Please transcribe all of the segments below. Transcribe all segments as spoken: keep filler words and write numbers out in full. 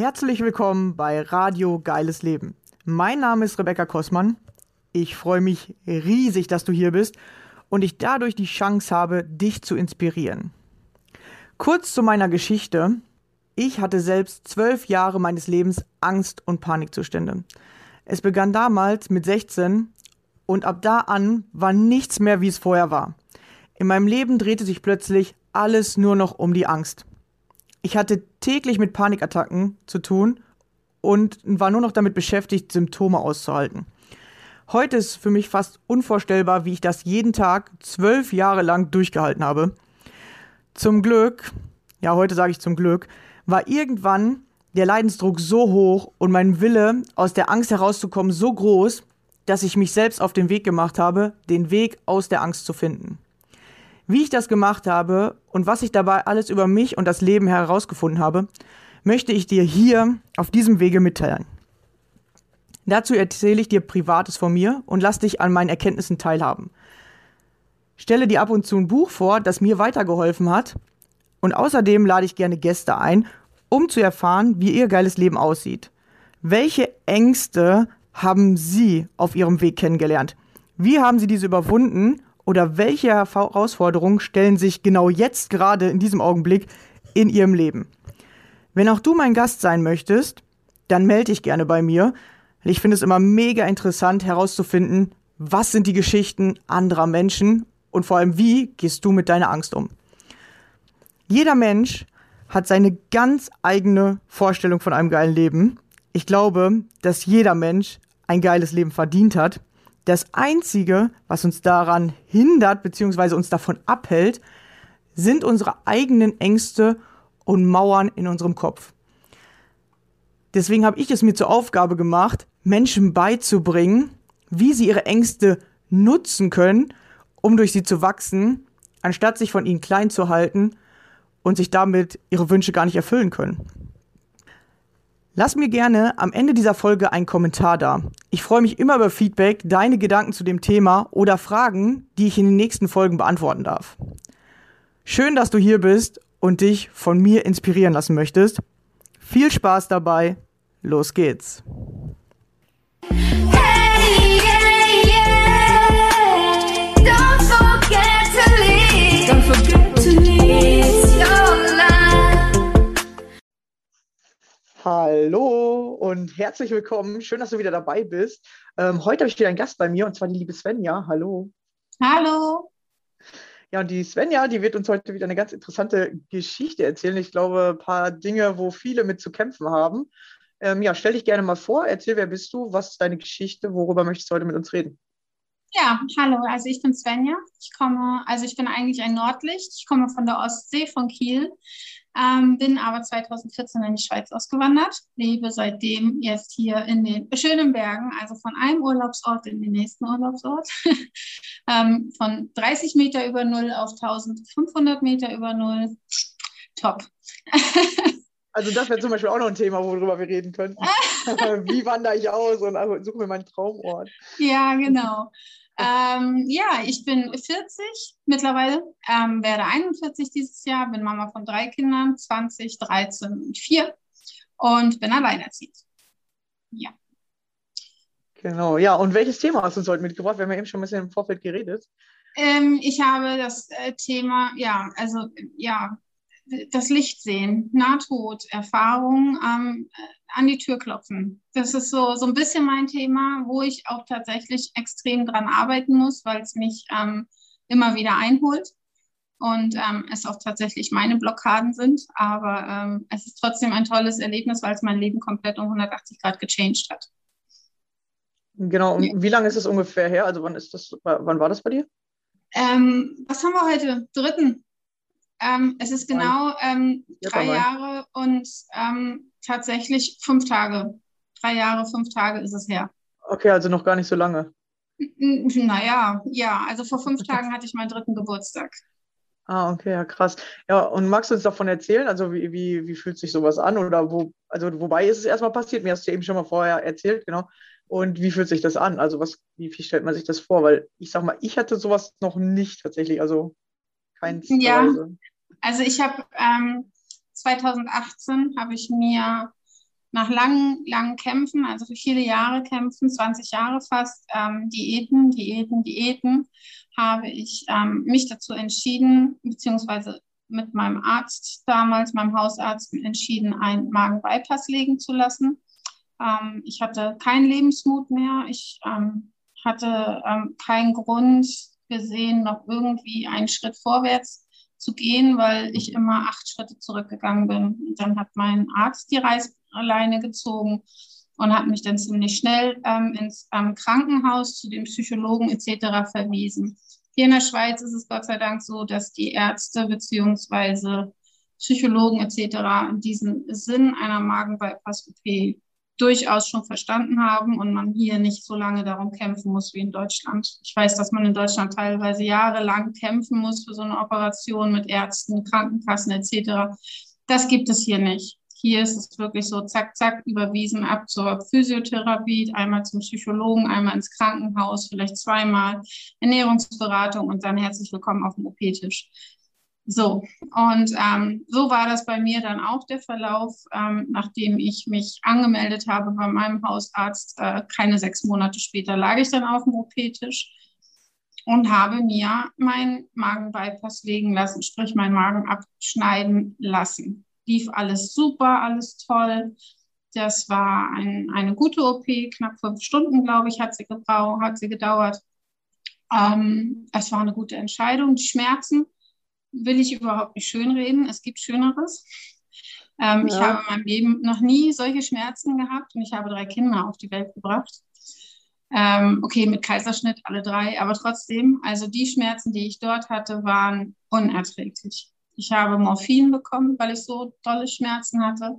Herzlich willkommen bei Radio Geiles Leben. Mein Name ist Rebecca Kossmann. Ich freue mich riesig, dass du hier bist und ich dadurch die Chance habe, dich zu inspirieren. Kurz zu meiner Geschichte. Ich hatte selbst zwölf Jahre meines Lebens Angst- und Panikzustände. Es begann damals mit sechzehn und ab da an war nichts mehr, wie es vorher war. In meinem Leben drehte sich plötzlich alles nur noch um die Angst. Ich hatte täglich mit Panikattacken zu tun und war nur noch damit beschäftigt, Symptome auszuhalten. Heute ist für mich fast unvorstellbar, wie ich das jeden Tag zwölf Jahre lang durchgehalten habe. Zum Glück, ja heute sage ich zum Glück, war irgendwann der Leidensdruck so hoch und mein Wille, aus der Angst herauszukommen, so groß, dass ich mich selbst auf den Weg gemacht habe, den Weg aus der Angst zu finden. Wie ich das gemacht habe und was ich dabei alles über mich und das Leben herausgefunden habe, möchte ich dir hier auf diesem Wege mitteilen. Dazu erzähle ich dir Privates von mir und lass dich an meinen Erkenntnissen teilhaben. Stelle dir ab und zu ein Buch vor, das mir weitergeholfen hat, und außerdem lade ich gerne Gäste ein, um zu erfahren, wie ihr geiles Leben aussieht. Welche Ängste haben Sie auf Ihrem Weg kennengelernt? Wie haben Sie diese überwunden? Oder welche Herausforderungen stellen sich genau jetzt gerade in diesem Augenblick in Ihrem Leben? Wenn auch du mein Gast sein möchtest, dann melde dich gerne bei mir. Ich finde es immer mega interessant herauszufinden, was sind die Geschichten anderer Menschen und vor allem, wie gehst du mit deiner Angst um? Jeder Mensch hat seine ganz eigene Vorstellung von einem geilen Leben. Ich glaube, dass jeder Mensch ein geiles Leben verdient hat. Das Einzige, was uns daran hindert bzw. uns davon abhält, sind unsere eigenen Ängste und Mauern in unserem Kopf. Deswegen habe ich es mir zur Aufgabe gemacht, Menschen beizubringen, wie sie ihre Ängste nutzen können, um durch sie zu wachsen, anstatt sich von ihnen klein zu halten und sich damit ihre Wünsche gar nicht erfüllen können. Lass mir gerne am Ende dieser Folge einen Kommentar da. Ich freue mich immer über Feedback, deine Gedanken zu dem Thema oder Fragen, die ich in den nächsten Folgen beantworten darf. Schön, dass du hier bist und dich von mir inspirieren lassen möchtest. Viel Spaß dabei. Los geht's. Hey, yeah, yeah. Don't forget to leave. Don't forget to leave your life. Hallo und herzlich willkommen. Schön, dass du wieder dabei bist. Ähm, heute habe ich wieder einen Gast bei mir und zwar die liebe Svenja. Hallo. Hallo. Ja, und die Svenja, die wird uns heute wieder eine ganz interessante Geschichte erzählen. Ich glaube, ein paar Dinge, wo viele mit zu kämpfen haben. Ähm, ja, stell dich gerne mal vor. Erzähl, wer bist du? Was ist deine Geschichte? Worüber möchtest du heute mit uns reden? Ja, hallo. Also ich bin Svenja. Ich komme, also ich bin eigentlich ein Nordlicht. Ich komme von der Ostsee, von Kiel, ähm, bin aber zweitausendvierzehn in die Schweiz ausgewandert, lebe seitdem jetzt hier in den schönen Bergen, also von einem Urlaubsort in den nächsten Urlaubsort, ähm, von dreißig Meter über Null auf eintausendfünfhundert Meter über Null. Top. Also das wäre zum Beispiel auch noch ein Thema, worüber wir reden könnten. Wie wandere ich aus und also, suche mir meinen Traumort. Ja, genau. ähm, ja, ich bin vierzig mittlerweile, ähm, werde einundvierzig dieses Jahr, bin Mama von drei Kindern, zwanzig, dreizehn und vier und bin alleinerziehend. Ja. Genau, ja. Und welches Thema hast du uns heute mitgebracht? Wir haben ja eben schon ein bisschen im Vorfeld geredet. Ähm, ich habe das äh, Thema, ja, also ja, das Licht sehen, Nahtoderfahrung, ähm, an die Tür klopfen. Das ist so, so ein bisschen mein Thema, wo ich auch tatsächlich extrem dran arbeiten muss, weil es mich ähm, immer wieder einholt und ähm, es auch tatsächlich meine Blockaden sind. Aber ähm, es ist trotzdem ein tolles Erlebnis, weil es mein Leben komplett um hundertachtzig Grad gechanged hat. Genau, und Ja. wie lange ist es ungefähr her? Also wann ist das, wann war das bei dir? Ähm, was haben wir heute? Dritten. Ähm, es ist genau ähm, drei Jahre und ähm, tatsächlich fünf Tage. Drei Jahre, fünf Tage ist es her. Okay, also noch gar nicht so lange. N- Naja, ja, also vor fünf Tagen hatte ich meinen dritten Geburtstag. Ah, okay, ja, krass. Ja, und magst du uns davon erzählen? Also wie, wie, wie fühlt sich sowas an? Oder wo, also wobei ist es erstmal passiert? Mir hast du eben schon mal vorher erzählt, genau. Und wie fühlt sich das an? Also was, wie, wie stellt man sich das vor? Weil ich sag mal, ich hatte sowas noch nicht tatsächlich, also keinster Ja, Weise. also ich habe ähm, zweitausendachtzehn habe ich mir nach langen, langen Kämpfen, also für viele Jahre Kämpfen, zwanzig Jahre fast, ähm, Diäten, Diäten, Diäten, habe ich ähm, mich dazu entschieden, beziehungsweise mit meinem Arzt damals, meinem Hausarzt, entschieden, einen Magen-Bypass legen zu lassen. Ähm, ich hatte keinen Lebensmut mehr. Ich ähm, hatte ähm, keinen Grund gesehen, noch irgendwie einen Schritt vorwärts zu gehen, weil ich immer acht Schritte zurückgegangen bin. Und dann hat mein Arzt die Reißleine gezogen und hat mich dann ziemlich schnell ähm, ins ähm, Krankenhaus zu den Psychologen et cetera verwiesen. Hier in der Schweiz ist es Gott sei Dank so, dass die Ärzte bzw. Psychologen et cetera diesen Sinn einer Magen-Bypass-O P durchaus schon verstanden haben und man hier nicht so lange darum kämpfen muss wie in Deutschland. Ich weiß, dass man in Deutschland teilweise jahrelang kämpfen muss für so eine Operation mit Ärzten, Krankenkassen et cetera. Das gibt es hier nicht. Hier ist es wirklich so, zack, zack, überwiesen ab zur Physiotherapie, einmal zum Psychologen, einmal ins Krankenhaus, vielleicht zweimal Ernährungsberatung und dann herzlich willkommen auf dem O P-Tisch. So, und ähm, so war das bei mir dann auch der Verlauf, ähm, nachdem ich mich angemeldet habe bei meinem Hausarzt. Äh, keine sechs Monate später lag ich dann auf dem O P-Tisch und habe mir meinen Magen-Bypass legen lassen, sprich meinen Magen abschneiden lassen. Lief alles super, alles toll. Das war ein, eine gute O P, knapp fünf Stunden, glaube ich, hat sie, gebraucht, hat sie gedauert. Ähm, es war eine gute Entscheidung. Die Schmerzen will ich überhaupt nicht schönreden. Es gibt Schöneres. Ähm, ja. Ich habe in meinem Leben noch nie solche Schmerzen gehabt und ich habe drei Kinder auf die Welt gebracht. Ähm, okay, mit Kaiserschnitt alle drei, aber trotzdem, also die Schmerzen, die ich dort hatte, waren unerträglich. Ich habe Morphin bekommen, weil ich so tolle Schmerzen hatte.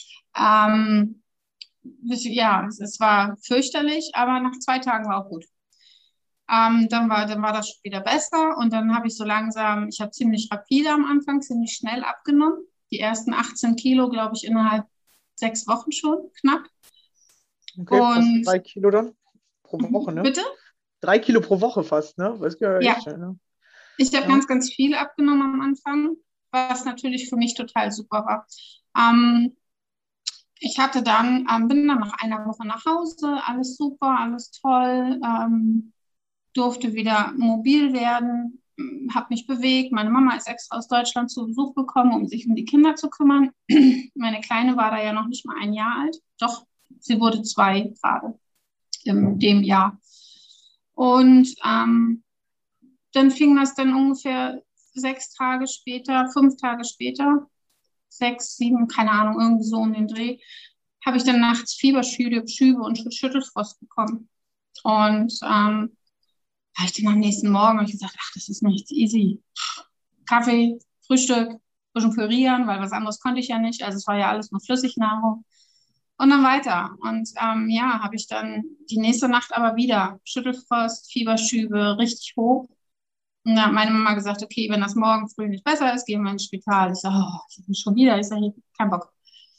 Ähm, ja, es war fürchterlich, aber nach zwei Tagen war auch gut. Ähm, dann, war, dann war das schon wieder besser und dann habe ich so langsam, ich habe ziemlich rapide am Anfang, ziemlich schnell abgenommen. Die ersten achtzehn Kilo, glaube ich, innerhalb sechs Wochen schon, knapp. Okay, und fast drei Kilo dann pro Woche, ne? Bitte? Drei Kilo pro Woche fast, ne? Das ist ja, ja. Echt, ne? Ich habe ja. ganz, ganz viel abgenommen am Anfang, was natürlich für mich total super war. Ähm, ich hatte dann, ähm, bin dann nach einer Woche nach Hause, alles super, alles toll, ähm, durfte wieder mobil werden, habe mich bewegt. Meine Mama ist extra aus Deutschland zu Besuch gekommen, um sich um die Kinder zu kümmern. Meine Kleine war da ja noch nicht mal ein Jahr alt. Doch, sie wurde zwei gerade in dem Jahr. Und ähm, dann fing das dann ungefähr sechs Tage später, fünf Tage später, sechs, sieben, keine Ahnung, irgendwie so um den Dreh, habe ich dann nachts Fieberschübe Schübe und Schüttelfrost bekommen. Und ähm, habe ich dann am nächsten Morgen hab ich gesagt, ach, das ist nicht easy. Kaffee, Frühstück, bisschen pürieren, weil was anderes konnte ich ja nicht. Also es war ja alles nur Flüssignahrung. Und dann weiter. Und ähm, ja, habe ich dann die nächste Nacht aber wieder Schüttelfrost, Fieberschübe, richtig hoch. Und dann hat meine Mama gesagt, okay, wenn das morgen früh nicht besser ist, gehen wir ins Spital. Ich sage, oh, ich bin schon wieder. Ich sage, kein Bock.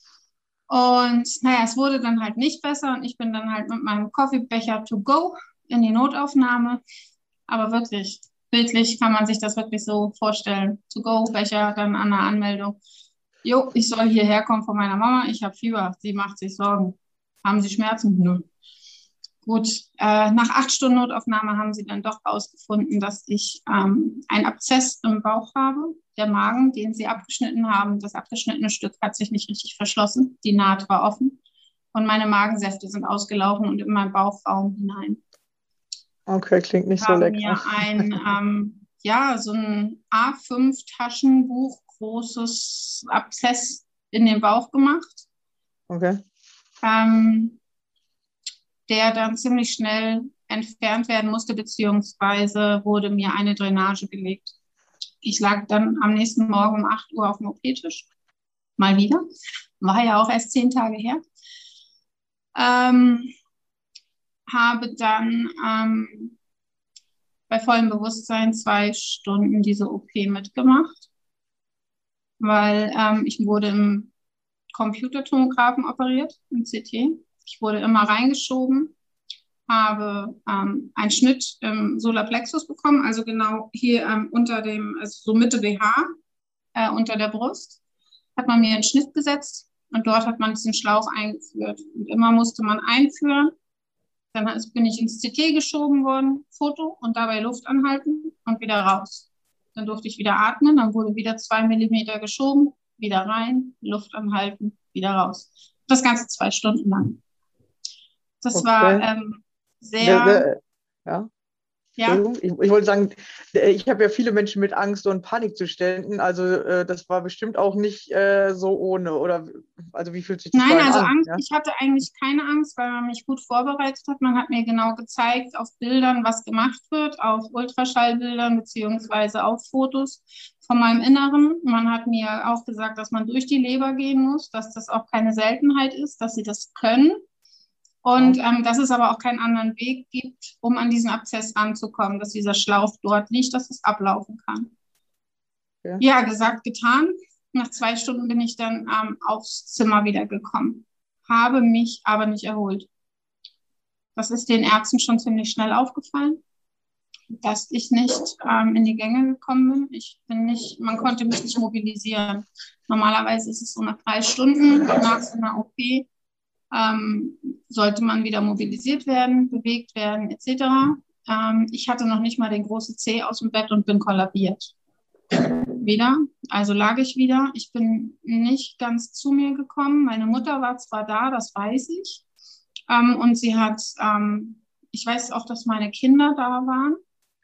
Und naja, es wurde dann halt nicht besser. Und ich bin dann halt mit meinem Coffeebecher to go in die Notaufnahme. Aber wirklich, bildlich kann man sich das wirklich so vorstellen. To-go-Becher dann an der Anmeldung. Jo, ich soll hierher kommen von meiner Mama. Ich habe Fieber. Sie macht sich Sorgen. Haben Sie Schmerzen? Nö. Gut, äh, nach acht Stunden Notaufnahme haben sie dann doch herausgefunden, dass ich ähm, einen Abszess im Bauch habe. Der Magen, den sie abgeschnitten haben, das abgeschnittene Stück hat sich nicht richtig verschlossen. Die Naht war offen und meine Magensäfte sind ausgelaufen und in meinen Bauchraum hinein. Okay, klingt nicht ich so habe lecker. mir ein, ähm, ja, so ein A fünf Taschenbuch, großes Abszess in den Bauch gemacht. Okay. Ähm, der dann ziemlich schnell entfernt werden musste, beziehungsweise wurde mir eine Drainage gelegt. Ich lag dann am nächsten Morgen um acht Uhr auf dem O P-Tisch. Mal wieder. War ja auch erst zehn Tage her. Ähm, habe dann ähm, bei vollem Bewusstsein zwei Stunden diese O P mitgemacht, weil ähm, ich wurde im Computertomographen operiert, im C T. Ich wurde immer reingeschoben, habe ähm, einen Schnitt im Solarplexus bekommen, also genau hier ähm, unter dem, also so Mitte B H, äh, unter der Brust, hat man mir einen Schnitt gesetzt Und dort hat man diesen Schlauch eingeführt. Und immer musste man einführen. Dann bin ich ins C T geschoben worden, Foto und dabei Luft anhalten und wieder raus. Dann durfte ich wieder atmen, dann wurde wieder zwei Millimeter geschoben, wieder rein, Luft anhalten, wieder raus. Das Ganze zwei Stunden lang. Das Okay. war ähm, Der, sehr, der, ja. ja, Entschuldigung, ich, ich wollte sagen, ich habe ja viele Menschen mit Angst und Panikzuständen, also äh, das war bestimmt auch nicht äh, so ohne, oder also wie fühlt sich das nein, für einen also an? Angst, Ja? ich hatte eigentlich keine Angst, weil man mich gut vorbereitet hat. Man hat mir genau gezeigt auf Bildern, was gemacht wird, auf Ultraschallbildern beziehungsweise auf Fotos von meinem Inneren. Man hat mir auch gesagt, dass man durch die Leber gehen muss, dass das auch keine Seltenheit ist, dass sie das können. Und ähm, dass es aber auch keinen anderen Weg gibt, um an diesen Abszess ranzukommen, dass dieser Schlauch dort liegt, dass es ablaufen kann. Ja. Ja, gesagt, getan. Nach zwei Stunden bin ich dann ähm, aufs Zimmer wieder gekommen, habe mich aber nicht erholt. Das ist den Ärzten schon ziemlich schnell aufgefallen, dass ich nicht ähm, in die Gänge gekommen bin. Ich bin nicht, man konnte mich nicht mobilisieren. Normalerweise ist es so nach drei Stunden nach so einer O P, Ähm, sollte man wieder mobilisiert werden, bewegt werden, et cetera. Ähm, ich hatte noch nicht mal den großen Zeh aus dem Bett und bin kollabiert. Wieder, also lag ich wieder. Ich bin nicht ganz zu mir gekommen. Meine Mutter war zwar da, das weiß ich. Ähm, und sie hat, ähm, ich weiß auch, dass meine Kinder da waren.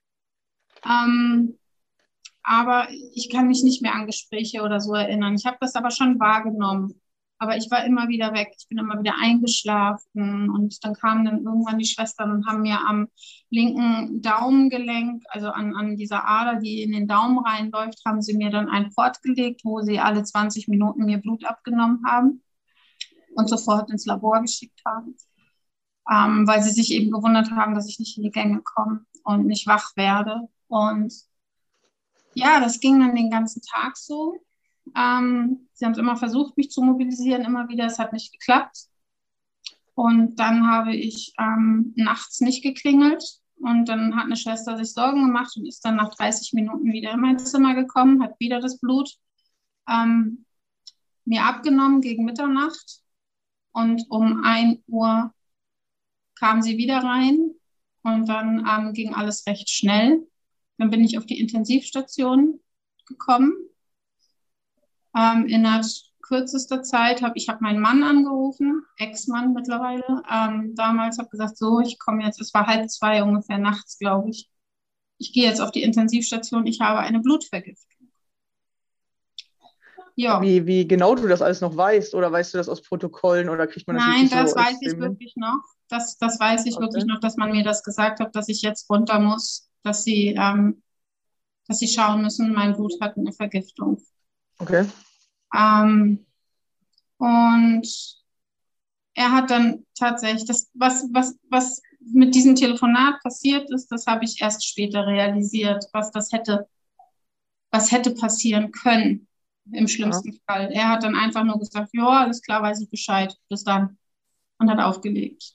Ähm, aber ich kann mich nicht mehr an Gespräche oder so erinnern. Ich habe das aber schon wahrgenommen. Aber ich war immer wieder weg. Ich bin immer wieder eingeschlafen. Und dann kamen dann irgendwann die Schwestern und haben mir am linken Daumengelenk, also an, an dieser Ader, die in den Daumen reinläuft, haben sie mir dann ein Port gelegt, wo sie alle zwanzig Minuten mir Blut abgenommen haben und sofort ins Labor geschickt haben. Ähm, weil sie sich eben gewundert haben, dass ich nicht in die Gänge komme und nicht wach werde. Und ja, das ging dann den ganzen Tag so. Ähm, sie haben immer versucht, mich zu mobilisieren, immer wieder. Es hat nicht geklappt. Und dann habe ich ähm, nachts nicht geklingelt. Und dann hat eine Schwester sich Sorgen gemacht und ist dann nach dreißig Minuten wieder in mein Zimmer gekommen, hat wieder das Blut ähm, mir abgenommen gegen Mitternacht. Und um ein Uhr kam sie wieder rein. Und dann ähm, ging alles recht schnell. Dann bin ich auf die Intensivstation gekommen. Ähm, innerhalb kürzester Zeit habe ich hab meinen Mann angerufen, Ex-Mann mittlerweile. Ähm, damals habe gesagt, so, ich komme jetzt, es war halb zwei ungefähr nachts, glaube ich. Ich gehe jetzt auf die Intensivstation, ich habe eine Blutvergiftung. Ja. Wie, wie genau du das alles noch weißt, oder weißt du das aus Protokollen, oder kriegt man das Nein, wirklich das so weiß ich extrem hin? wirklich noch. Das, das weiß ich Okay. wirklich noch, dass man mir das gesagt hat, dass ich jetzt runter muss, dass sie, ähm, dass sie schauen müssen, mein Blut hat eine Vergiftung. Okay. Ähm, und er hat dann tatsächlich, das, was, was, was mit diesem Telefonat passiert ist, das habe ich erst später realisiert, was das hätte, was hätte passieren können im schlimmsten ja. Fall. Er hat dann einfach nur gesagt, ja, alles klar, weiß ich Bescheid, bis dann. Und hat aufgelegt.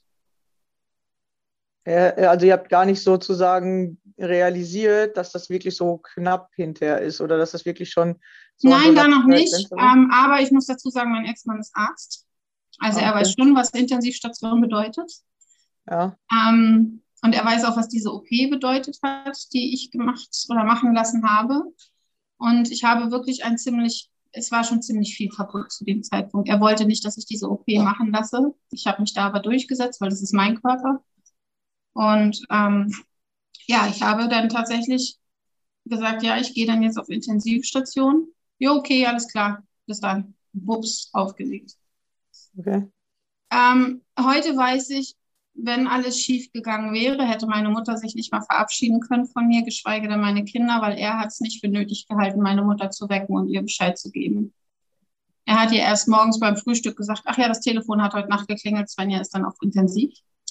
Ja, also ihr habt gar nicht sozusagen realisiert, dass das wirklich so knapp hinterher ist, oder dass das wirklich schon so Nein, so da noch nicht. Ähm, war? aber ich muss dazu sagen, mein Ex-Mann ist Arzt. Also Okay. er weiß schon, was Intensivstation bedeutet. Ja. Ähm, und er weiß auch, was diese O P bedeutet hat, die ich gemacht oder machen lassen habe. Und ich habe wirklich ein ziemlich, es war schon ziemlich viel kaputt zu dem Zeitpunkt. Er wollte nicht, dass ich diese O P machen lasse. Ich habe mich da aber durchgesetzt, weil das ist mein Körper. Und ähm, ja, ich habe dann tatsächlich gesagt, ja, ich gehe dann jetzt auf Intensivstation. Ja, okay, alles klar. Bis dann. Bups, aufgelegt. Okay. Ähm, heute weiß ich, wenn alles schief gegangen wäre, hätte meine Mutter sich nicht mal verabschieden können von mir, geschweige denn meine Kinder, weil er hat es nicht für nötig gehalten, meine Mutter zu wecken und ihr Bescheid zu geben. Er hat ihr erst morgens beim Frühstück gesagt, ach ja, das Telefon hat heute Nacht geklingelt, Svenja ist dann auf Intensiv.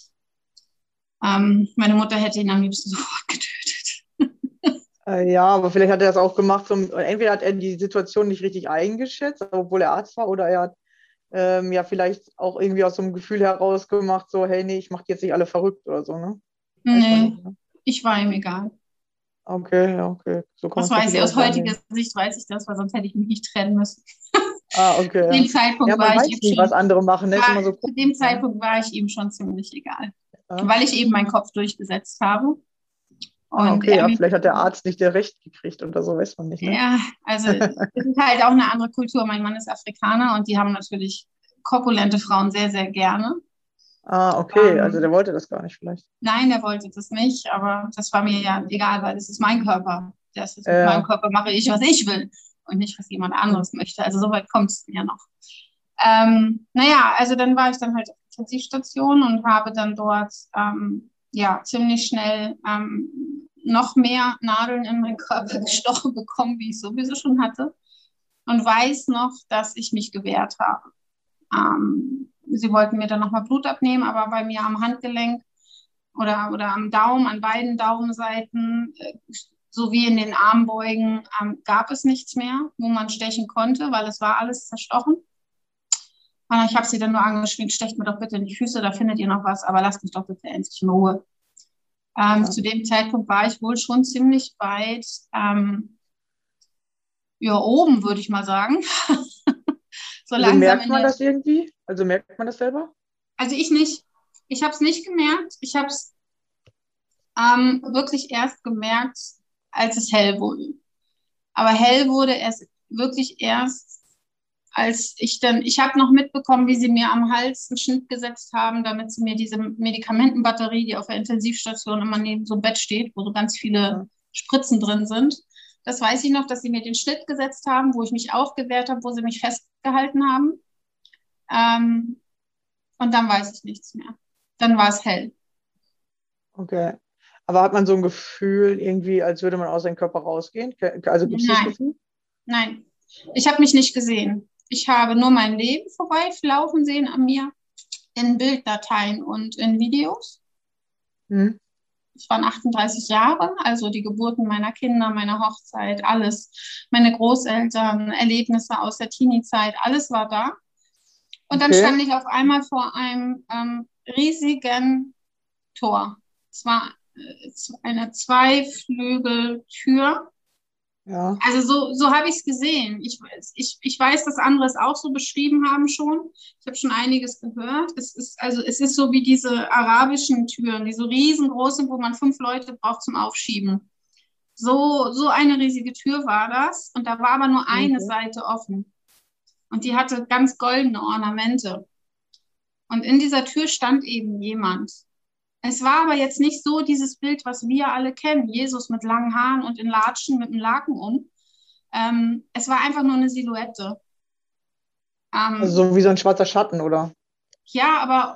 Ähm, meine Mutter hätte ihn am liebsten sofort getötet. Äh, ja, aber vielleicht hat er das auch gemacht, um, entweder hat er die Situation nicht richtig eingeschätzt, obwohl er Arzt war, oder er hat ähm, ja vielleicht auch irgendwie aus so einem Gefühl heraus gemacht, so, hey, nee, ich mache jetzt nicht alle verrückt oder so, ne? Weiß man Nee, nicht, ne? ich war ihm egal. Okay, ja, okay. So kann Das man's weiß ich, natürlich aus auch heutiger wahrnehmen. Sicht weiß ich das, weil sonst hätte ich mich nicht trennen müssen. Ah, okay. Zu dem Ja, Zeitpunkt ja man war ich weiß ihm nie, was schon, andere machen. Ne? Ist immer war, so zu komisch, dem ne? Zeitpunkt war ich ihm schon ziemlich egal, Ja. weil ich eben meinen Kopf durchgesetzt habe. Ah, Und okay. er Ja, mich, vielleicht hat der Arzt nicht der Recht gekriegt oder so, weiß man nicht, ne? ja, also es ist halt auch eine andere Kultur. Mein Mann ist Afrikaner und die haben natürlich korpulente Frauen sehr, sehr gerne. Ah, okay. Also Ähm, der wollte das gar nicht vielleicht. nein, er wollte das nicht, aber das war mir ja egal, weil das ist mein Körper. Das ist mit meinem Ja. Körper mache ich, was ich will und nicht, was jemand Hm. anderes möchte. Also soweit kommt es ja noch. Ähm, naja, also dann war ich dann halt auf der Intensivstation und habe dann dort ähm, ja ziemlich schnell ähm, noch mehr Nadeln in meinen Körper gestochen bekommen, wie ich sowieso schon hatte. Und weiß noch, dass ich mich gewehrt habe. Ähm, sie wollten mir dann nochmal Blut abnehmen, aber bei mir am Handgelenk oder, oder am Daumen, an beiden Daumenseiten, äh, sowie in den Armbeugen, ähm, gab es nichts mehr, wo man stechen konnte, weil es war alles zerstochen. Und ich habe sie dann nur angeschrien, stecht mir doch bitte in die Füße, da findet ihr noch was, aber lasst mich doch bitte endlich in Ruhe. Ähm, Ja. zu dem Zeitpunkt war ich wohl schon ziemlich weit ähm, ja, oben, würde ich mal sagen. So Also langsam merkt in man der, das irgendwie? Also merkt man das selber? also ich nicht, ich habe es nicht gemerkt, ich habe es ähm, wirklich erst gemerkt, als es hell wurde. Aber hell wurde es wirklich erst, als ich dann, ich habe noch mitbekommen, wie sie mir am Hals einen Schnitt gesetzt haben, damit sie mir diese Medikamentenbatterie, die auf der Intensivstation immer neben so einem Bett steht, wo so ganz viele Ja. Spritzen drin sind. Das weiß ich noch, dass sie mir den Schnitt gesetzt haben, wo ich mich aufgewehrt habe, wo sie mich festgehalten haben. Ähm, und dann weiß ich nichts mehr. Dann war es hell. Okay. Aber hat man so ein Gefühl irgendwie, als würde man aus seinem Körper rausgehen? Ke- Also gibt es das Nein, Gefühl? nein. Ich habe mich nicht gesehen. Ich habe nur mein Leben vorbeilaufen sehen an mir in Bilddateien und in Videos. Hm? Es waren achtunddreißig Jahre, also die Geburten meiner Kinder, meine Hochzeit, alles, meine Großeltern, Erlebnisse aus der Teenie-Zeit, alles war da. Und dann Okay. stand ich auf einmal vor einem ähm, riesigen Tor. Es war äh, eine Zweiflügeltür. Ja. Also so, so habe ich es gesehen. Ich, ich, ich weiß, dass andere es auch so beschrieben haben schon. Ich habe schon einiges gehört. Es ist, also es ist so wie diese arabischen Türen, die so riesengroß sind, wo man fünf Leute braucht zum Aufschieben. So, so eine riesige Tür war das. Und da war aber nur eine Okay. Seite offen. Und die hatte ganz goldene Ornamente. Und in dieser Tür stand eben jemand. Es war aber jetzt nicht so dieses Bild, was wir alle kennen, Jesus mit langen Haaren und in Latschen mit einem Laken um. Ähm, es war einfach nur eine Silhouette. Ähm, Also so wie so ein schwarzer Schatten, oder? ja, aber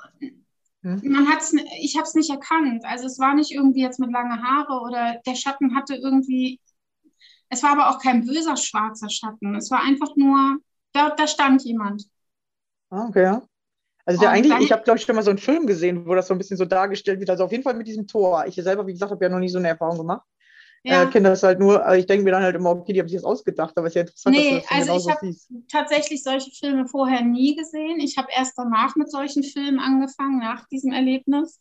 Hm? man hat's, ich habe es nicht erkannt. Also es war nicht irgendwie jetzt mit langen Haare oder der Schatten hatte irgendwie, es war aber auch kein böser schwarzer Schatten. Es war einfach nur, da, da stand jemand. Ah, okay, ja. Also der Und eigentlich, dann, ich habe, glaube ich, schon mal so einen Film gesehen, wo das so ein bisschen so dargestellt wird. Also auf jeden Fall mit diesem Tor. Ich selber, wie gesagt, habe ja noch nie so eine Erfahrung gemacht. Äh, ja, kenne das halt nur, aber ich denke mir dann halt immer, okay, die haben sich das ausgedacht, aber es ist ja interessant, dass du nee, das dann also ich genauso habe siehst. tatsächlich solche Filme vorher nie gesehen. Ich habe erst danach mit solchen Filmen angefangen, nach diesem Erlebnis.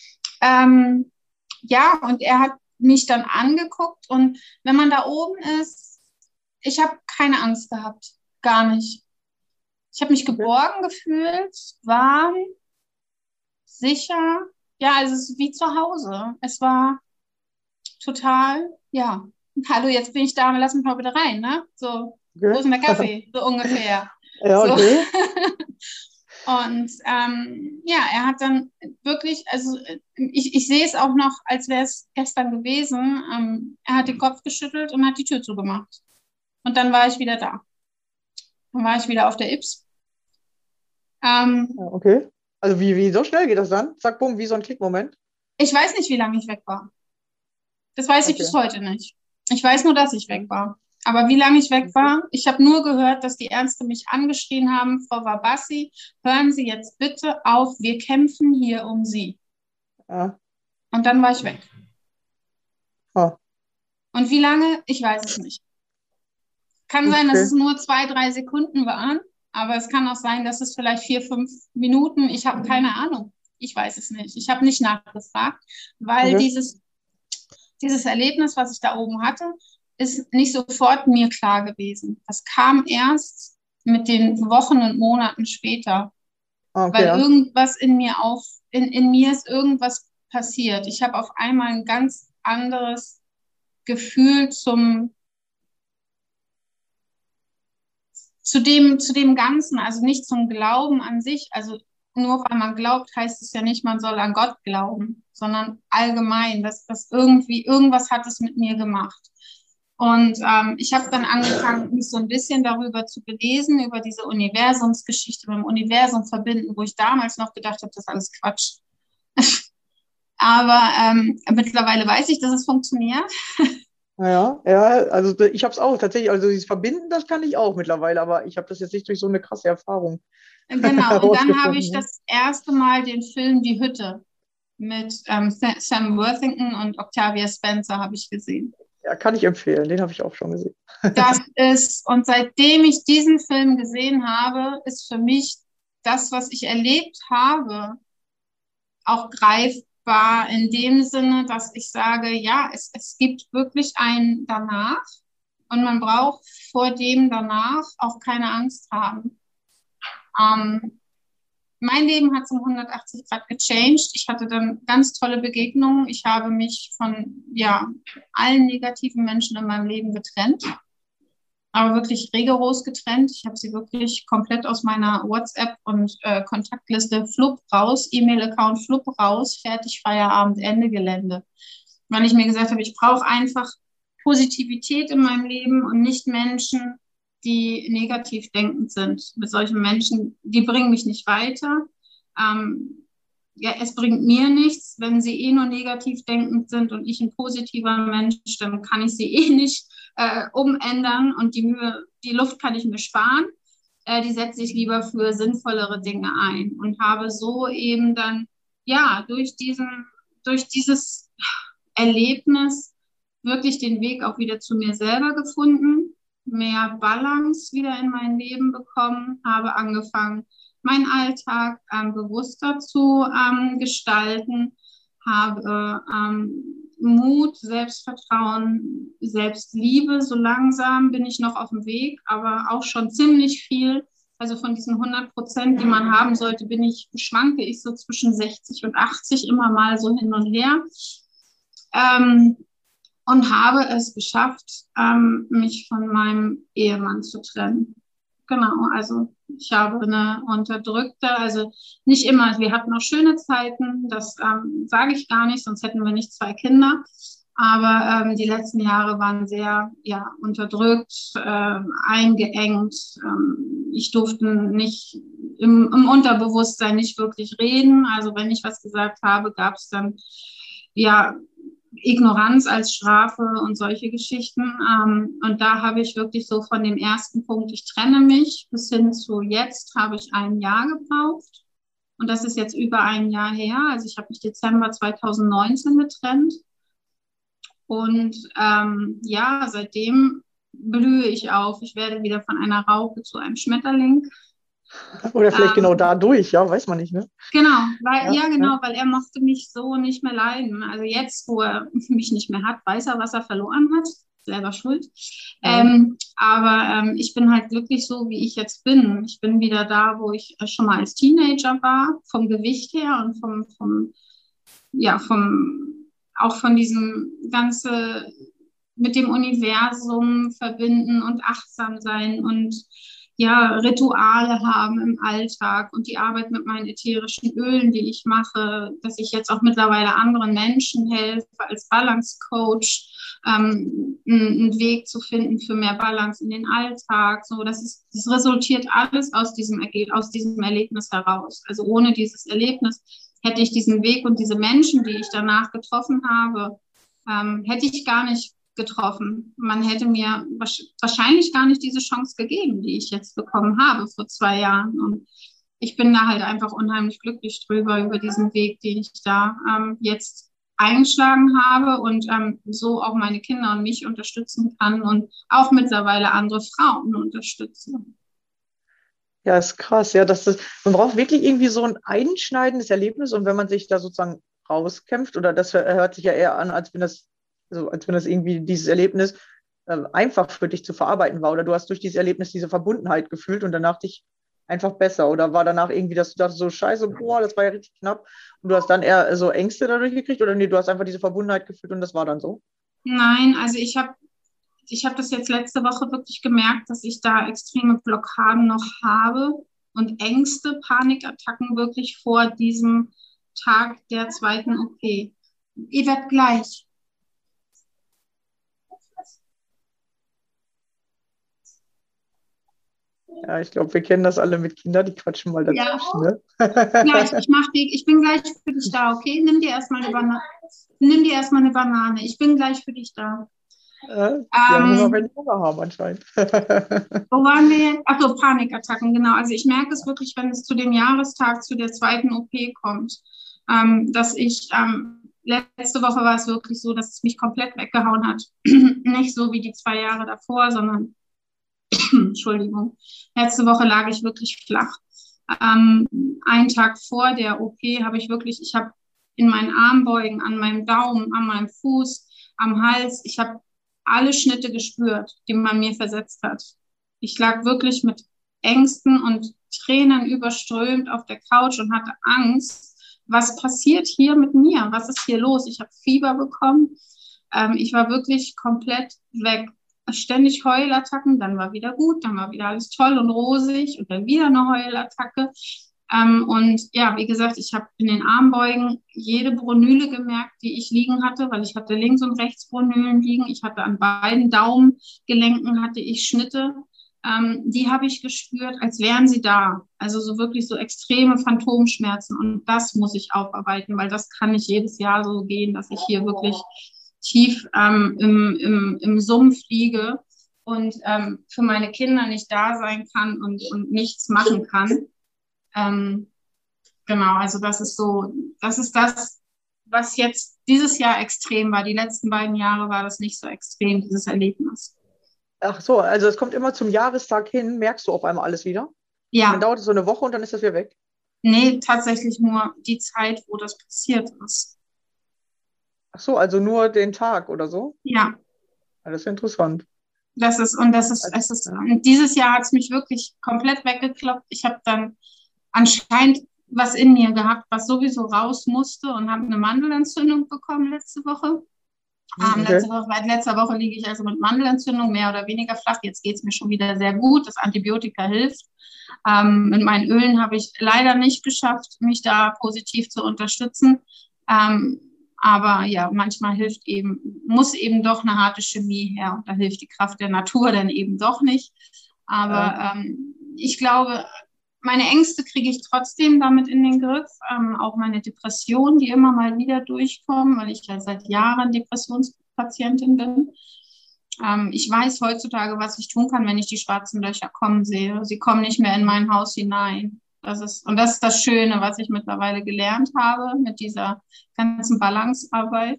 Ähm, ja, und er hat mich dann angeguckt und wenn man da oben ist, ich habe keine Angst gehabt, gar nicht. Ich habe mich Okay. geborgen gefühlt, warm, sicher. Ja, also es ist wie zu Hause. Es war total, ja. Hallo, jetzt bin ich da, lass mich mal bitte rein, ne? So, wo Okay. ist denn der Kaffee? So ungefähr. Ja, So. okay. Und ähm, ja, er hat dann wirklich, also ich, ich sehe es auch noch, als wäre es gestern gewesen. Ähm, er hat den Kopf geschüttelt und hat die Tür zugemacht. Und dann war ich wieder da. Dann war ich wieder auf der Ips. Ähm, Ja, okay. Also wie, wie so schnell geht das dann? Zack, bumm, wie so ein Klickmoment. ich weiß nicht, wie lange ich weg war. Das weiß ich Okay. bis heute nicht. Ich weiß nur, dass ich weg Mhm. war. Aber wie lange ich weg Okay. war, ich habe nur gehört, dass die Ärzte mich angeschrien haben, Frau Wabassi, hören Sie jetzt bitte auf, wir kämpfen hier um Sie. Ja. Und dann war ich weg. Ah, Und wie lange? Ich weiß es nicht. Kann sein, dass okay. es nur zwei, drei Sekunden waren, aber es kann auch sein, dass es vielleicht vier, fünf Minuten, ich habe keine Ahnung. Ich weiß es nicht. Ich habe nicht nachgefragt, weil Okay. dieses, dieses Erlebnis, was ich da oben hatte, ist nicht sofort mir klar gewesen. Das kam erst mit den Wochen und Monaten später. Okay, Weil ja. irgendwas in mir auf, in, in mir ist irgendwas passiert. Ich habe auf einmal ein ganz anderes Gefühl zum, zu dem, zu dem Ganzen, also nicht zum Glauben an sich. Also nur weil man glaubt, heißt es ja nicht, man soll an Gott glauben, sondern allgemein, dass das irgendwie, irgendwas hat es mit mir gemacht. Und ähm, ich habe dann angefangen, mich so ein bisschen darüber zu belesen, über diese Universumsgeschichte mit dem Universum verbinden, wo ich damals noch gedacht habe, das ist alles Quatsch. Aber ähm, mittlerweile weiß ich, dass es funktioniert. Ja, ja, also ich habe es auch tatsächlich, also dieses Verbinden, das kann ich auch mittlerweile, aber ich habe das jetzt nicht durch so eine krasse Erfahrung Genau, und dann habe herausgefunden. ich Ne? das erste Mal den Film Die Hütte mit ähm, Sa- Sam Worthington und Octavia Spencer habe ich gesehen. Ja, kann ich empfehlen, den habe ich auch schon gesehen. Das ist, und seitdem ich diesen Film gesehen habe, ist für mich das, was ich erlebt habe, auch greifbar in dem Sinne, dass ich sage, ja, es, es gibt wirklich ein Danach und man braucht vor dem Danach auch keine Angst haben. Ähm, mein Leben hat um hundertachtzig Grad gechanged. Ich hatte dann ganz tolle Begegnungen. Ich habe mich von ja, allen negativen Menschen in meinem Leben getrennt, aber wirklich rigoros getrennt. Ich habe sie wirklich komplett aus meiner WhatsApp- und äh, Kontaktliste flupp raus, E-Mail-Account flupp raus, fertig, Feierabend, Ende Gelände. Weil ich mir gesagt habe, ich brauche einfach Positivität in meinem Leben und nicht Menschen, die negativ denkend sind. Mit solchen Menschen, die bringen mich nicht weiter. Ähm, ja, es bringt mir nichts, wenn sie eh nur negativ denkend sind und ich ein positiver Mensch, dann kann ich sie eh nicht äh, umändern und die Mühe, die Luft kann ich mir sparen. Äh, die setze ich lieber für sinnvollere Dinge ein und habe so eben dann, ja, durch diesen, durch dieses Erlebnis wirklich den Weg auch wieder zu mir selber gefunden, mehr Balance wieder in mein Leben bekommen, habe angefangen, meinen Alltag ähm, bewusster zu ähm, gestalten, habe ähm, Mut, Selbstvertrauen, Selbstliebe. So langsam bin ich noch auf dem Weg, aber auch schon ziemlich viel. Also von diesen hundert Prozent, die man haben sollte, bin ich, schwanke ich so zwischen sechzig und achtzig immer mal so hin und her. Ähm, und habe es geschafft, ähm, mich von meinem Ehemann zu trennen. Genau, also ich habe eine unterdrückte, also nicht immer, wir hatten auch schöne Zeiten, das ähm, sage ich gar nicht, sonst hätten wir nicht zwei Kinder. Aber ähm, die letzten Jahre waren sehr ja, unterdrückt, äh, eingeengt. Ähm, ich durfte nicht im, im Unterbewusstsein nicht wirklich reden. Also wenn ich was gesagt habe, gab es dann ja Ignoranz als Strafe und solche Geschichten. Ähm, und da habe ich wirklich so von dem ersten Punkt, ich trenne mich, bis hin zu jetzt habe ich ein Jahr gebraucht. Und das ist jetzt über ein Jahr her. Also ich habe mich Dezember zweitausendneunzehn getrennt. Und ähm, ja, seitdem blühe ich auf. Ich werde wieder von einer Raupe zu einem Schmetterling. Oder vielleicht Ähm, genau dadurch, ja, weiß man nicht, ne? Genau, weil, Ja, ja, genau, ja. weil er mochte mich so nicht mehr leiden. Also jetzt, wo er mich nicht mehr hat, weiß er, was er verloren hat. Selber schuld. Ja. Ähm, aber ähm, ich bin halt glücklich so, wie ich jetzt bin. Ich bin wieder da, wo ich schon mal als Teenager war, vom Gewicht her und vom, vom ja, vom, auch von diesem ganze mit dem Universum verbinden und achtsam sein und ja, Rituale haben im Alltag und die Arbeit mit meinen ätherischen Ölen, die ich mache, dass ich jetzt auch mittlerweile anderen Menschen helfe als Balance Coach, ähm, einen Weg zu finden für mehr Balance in den Alltag. So, das ist, das resultiert alles aus diesem, aus diesem Erlebnis heraus. Also ohne dieses Erlebnis hätte ich diesen Weg und diese Menschen, die ich danach getroffen habe, ähm, hätte ich gar nicht getroffen. Man hätte mir wahrscheinlich gar nicht diese Chance gegeben, die ich jetzt bekommen habe vor zwei Jahren. Und ich bin da halt einfach unheimlich glücklich drüber, über diesen Weg, den ich da ähm, jetzt eingeschlagen habe und ähm, so auch meine Kinder und mich unterstützen kann und auch mittlerweile andere Frauen unterstützen. Ja, ist krass. Ja, das ist, man braucht wirklich irgendwie so ein einschneidendes Erlebnis und wenn man sich da sozusagen rauskämpft, oder das hört sich ja eher an, als wenn das, also als wenn das irgendwie dieses Erlebnis äh, einfach für dich zu verarbeiten war? Oder du hast durch dieses Erlebnis diese Verbundenheit gefühlt und danach dich einfach besser? Oder war danach irgendwie, dass du dachtest, so scheiße, boah, das war ja richtig knapp und du hast dann eher so Ängste dadurch gekriegt? Oder nee, du hast einfach diese Verbundenheit gefühlt und das war dann so? Nein, also ich habe ich hab das jetzt letzte Woche wirklich gemerkt, dass ich da extreme Blockaden noch habe und Ängste, Panikattacken wirklich vor diesem Tag der zweiten O P. Ihr werdet gleich. Ja, ich glaube, wir kennen das alle mit Kindern, die quatschen mal Ja, dazwischen, ne? gleich, ich mach die, ich bin gleich für dich da, okay? Nimm dir erstmal eine Banane. Nimm dir erstmal eine Banane. Ich bin gleich für dich da. Ja, die haben Hunger, Ähm, wenn die Hunger haben anscheinend. Wo waren wir jetzt? Achso, Panikattacken, genau. Also ich merke es wirklich, wenn es zu dem Jahrestag, zu der zweiten O P kommt, ähm, dass ich, ähm, letzte Woche war es wirklich so, dass es mich komplett weggehauen hat. Nicht so wie die zwei Jahre davor, sondern, Entschuldigung, letzte Woche lag ich wirklich flach. Ähm, einen Tag vor der O P habe ich wirklich, ich habe in meinen Armbeugen, an meinem Daumen, an meinem Fuß, am Hals, ich habe alle Schnitte gespürt, die man mir versetzt hat. Ich lag wirklich mit Ängsten und Tränen überströmt auf der Couch und hatte Angst, was passiert hier mit mir? Was ist hier los? Ich habe Fieber bekommen. Ähm, ich war wirklich komplett weg. Ständig Heulattacken, dann war wieder gut, dann war wieder alles toll und rosig und dann wieder eine Heulattacke. Ähm, und ja, wie gesagt, ich habe in den Armbeugen jede Bronchyle gemerkt, die ich liegen hatte, weil ich hatte links und rechts Bronchyen liegen. Ich hatte an beiden Daumengelenken hatte ich Schnitte. Ähm, die habe ich gespürt, als wären sie da. Also so wirklich so extreme Phantomschmerzen. Und das muss ich aufarbeiten, weil das kann nicht jedes Jahr so gehen, dass ich hier wirklich tief ähm, im, im, im Sumpf liege und ähm, für meine Kinder nicht da sein kann und, und nichts machen kann. Ähm, genau, also das ist so, das ist das, was jetzt dieses Jahr extrem war. Die letzten beiden Jahre war das nicht so extrem, dieses Erlebnis. Ach so, also es kommt immer zum Jahrestag hin, merkst du auf einmal alles wieder? Und dann Ja, dauert es so eine Woche und dann ist das wieder weg. nee, tatsächlich nur die Zeit, wo das passiert ist. Ach so, also nur den Tag oder so? Ja, Ja, das ist interessant. das ist, und das ist, Also, es ist, ja. und dieses Jahr hat es mich wirklich komplett weggekloppt. Ich habe dann anscheinend was in mir gehabt, was sowieso raus musste und habe eine Mandelentzündung bekommen letzte Woche. Hm, Ähm, okay. letzte Woche, seit letzter Woche liege ich also mit Mandelentzündung mehr oder weniger flach. Jetzt geht es mir schon wieder sehr gut. Das Antibiotika hilft. Ähm, mit meinen Ölen habe ich leider nicht geschafft, mich da positiv zu unterstützen. Ähm, aber ja, manchmal hilft eben, muss eben doch eine harte Chemie her und da hilft die Kraft der Natur dann eben doch nicht. Ja. Aber ähm, ich glaube, meine Ängste kriege ich trotzdem damit in den Griff. Ähm, auch meine Depressionen, die immer mal wieder durchkommen, weil ich ja seit Jahren Depressionspatientin bin. Ähm, ich weiß heutzutage, was ich tun kann, wenn ich die schwarzen Löcher kommen sehe. Sie kommen nicht mehr in mein Haus hinein. Das ist, und das ist das Schöne, was ich mittlerweile gelernt habe mit dieser ganzen Balancearbeit,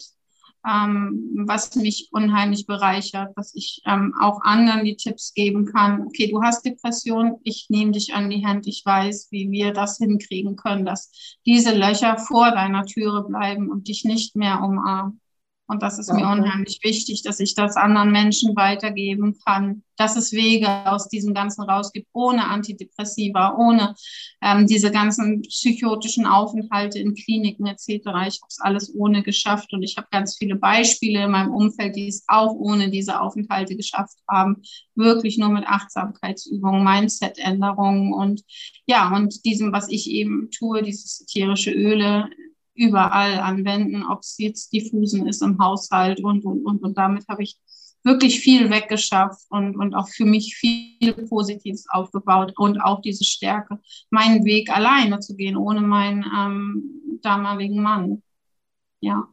ähm, was mich unheimlich bereichert, dass ich ähm, auch anderen die Tipps geben kann. Okay, du hast Depression, ich nehme dich an die Hand, ich weiß, wie wir das hinkriegen können, dass diese Löcher vor deiner Türe bleiben und dich nicht mehr umarmen. Und das ist Ja, mir okay. unheimlich wichtig, dass ich das anderen Menschen weitergeben kann, dass es Wege aus diesem Ganzen rausgibt, ohne Antidepressiva, ohne ähm, diese ganzen psychotischen Aufenthalte in Kliniken et cetera. Ich habe es alles ohne geschafft und ich habe ganz viele Beispiele in meinem Umfeld, die es auch ohne diese Aufenthalte geschafft haben, wirklich nur mit Achtsamkeitsübungen, Mindset-Änderungen und ja, und diesem, was ich eben tue, dieses ätherische Öle, überall anwenden, ob es jetzt diffusen ist im Haushalt und, und, und. Und damit habe ich wirklich viel weggeschafft und, und auch für mich viel Positives aufgebaut und auch diese Stärke, meinen Weg alleine zu gehen, ohne meinen ähm, damaligen Mann. Ja.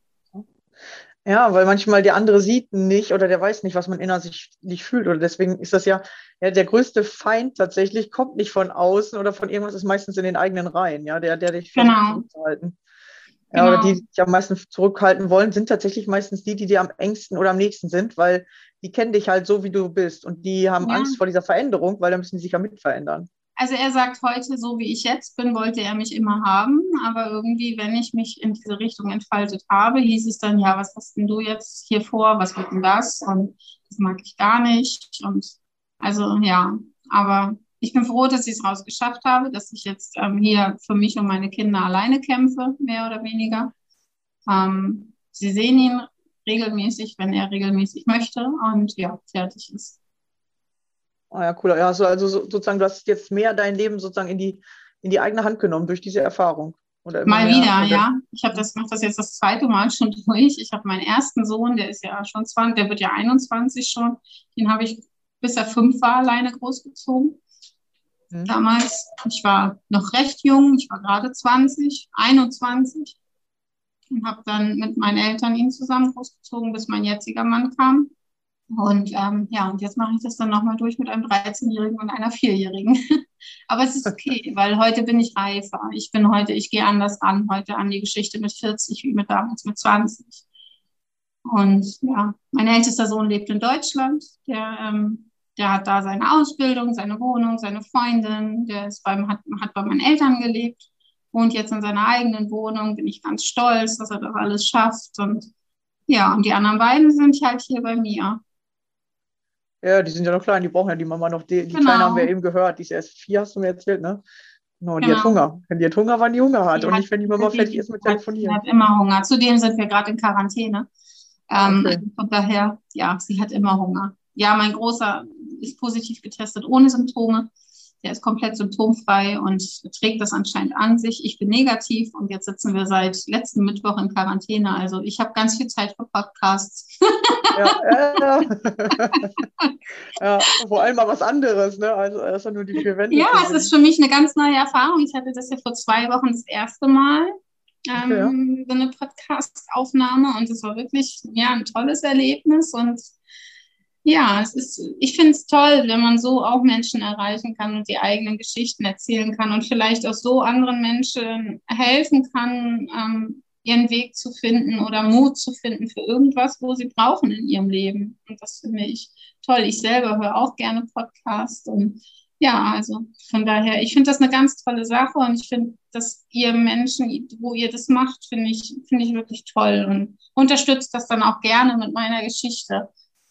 Ja, weil manchmal der andere sieht nicht oder der weiß nicht, was man innerlich nicht fühlt. Oder deswegen ist das ja, ja der größte Feind tatsächlich, kommt nicht von außen oder von irgendwas, ist meistens in den eigenen Reihen, ja, der, der dich versucht Genau, zurückzuhalten. Ja, oder die, genau. die sich am meisten zurückhalten wollen, sind tatsächlich meistens die, die dir am engsten oder am nächsten sind, weil die kennen dich halt so, wie du bist. Und die haben Ja. Angst vor dieser Veränderung, weil dann müssen die sich ja mit verändern. Also er sagt heute, so wie ich jetzt bin, wollte er mich immer haben, aber irgendwie, wenn ich mich in diese Richtung entfaltet habe, hieß es dann, ja, was hast denn du jetzt hier vor, was wird denn das? Und das mag ich gar nicht. Und also ja, aber ich bin froh, dass ich es rausgeschafft habe, dass ich jetzt ähm, hier für mich und meine Kinder alleine kämpfe, mehr oder weniger. Ähm, sie sehen ihn regelmäßig, wenn er regelmäßig möchte und ja, fertig ist. Ah ja, cool. Ja, also, also so- sozusagen, du hast jetzt mehr dein Leben sozusagen in die, in die eigene Hand genommen durch diese Erfahrung. Oder immer Mal mehr. wieder, Und dann, ja. Ich habe das, mache das jetzt das zweite Mal schon durch. Ich habe meinen ersten Sohn, der ist ja schon zwanzig, der wird ja einundzwanzig schon. Den habe ich, bis er fünf war, alleine großgezogen. hm. Damals, ich war noch recht jung, ich war gerade zwanzig, einundzwanzig und habe dann mit meinen Eltern ihn zusammen großgezogen, bis mein jetziger Mann kam. Und ähm, ja, und jetzt mache ich das dann nochmal durch mit einem dreizehnjährigen und einer vierjährigen. Aber es ist okay, weil heute bin ich reifer. Ich bin heute, ich gehe anders ran heute an die Geschichte mit vierzig wie mit damals mit zwanzig. Und ja, mein ältester Sohn lebt in Deutschland. Der, ähm, der hat da seine Ausbildung, seine Wohnung, seine Freundin. Der ist beim, hat, hat bei meinen Eltern gelebt, wohnt jetzt in seiner eigenen Wohnung. Bin ich ganz stolz, dass er das alles schafft. Und ja, und die anderen beiden sind halt hier bei mir. Ja, die sind ja noch klein, die brauchen ja die Mama noch. Die, die Genau. Kleine haben wir eben gehört, die ist erst vier, hast du mir erzählt, ne? No, und die hat Genau. Hunger. Wenn die hat Hunger, wann die Hunger hat. Die und hat- nicht, wenn die Mama die- fertig ist mit die hat- Telefonieren. Sie hat immer Hunger. Zudem sind wir gerade in Quarantäne. Ähm, Okay. Von daher, ja, sie hat immer Hunger. Ja, mein Großer ist positiv getestet ohne Symptome. Der ist komplett symptomfrei und trägt das anscheinend an sich. Ich bin negativ und jetzt sitzen wir seit letzten Mittwoch in Quarantäne. Also ich habe ganz viel Zeit für Podcasts. Ja, ja, ja. Ja, vor allem mal was anderes, ne? Also erst nur die vier Wände. Ja, zu es sehen. ist für mich eine ganz neue Erfahrung. Ich hatte das ja vor zwei Wochen das erste Mal, Okay, ja. ähm, so eine Podcast-Aufnahme und es war wirklich, ja, ein tolles Erlebnis und ja, es ist, ich finde es toll, wenn man so auch Menschen erreichen kann und die eigenen Geschichten erzählen kann und vielleicht auch so anderen Menschen helfen kann, ähm, ihren Weg zu finden oder Mut zu finden für irgendwas, wo sie brauchen in ihrem Leben. Und das finde ich toll. Ich selber höre auch gerne Podcasts und ja, also von daher, ich finde das eine ganz tolle Sache und ich finde, dass ihr Menschen, wo ihr das macht, finde ich, finde ich wirklich toll und unterstützt das dann auch gerne mit meiner Geschichte.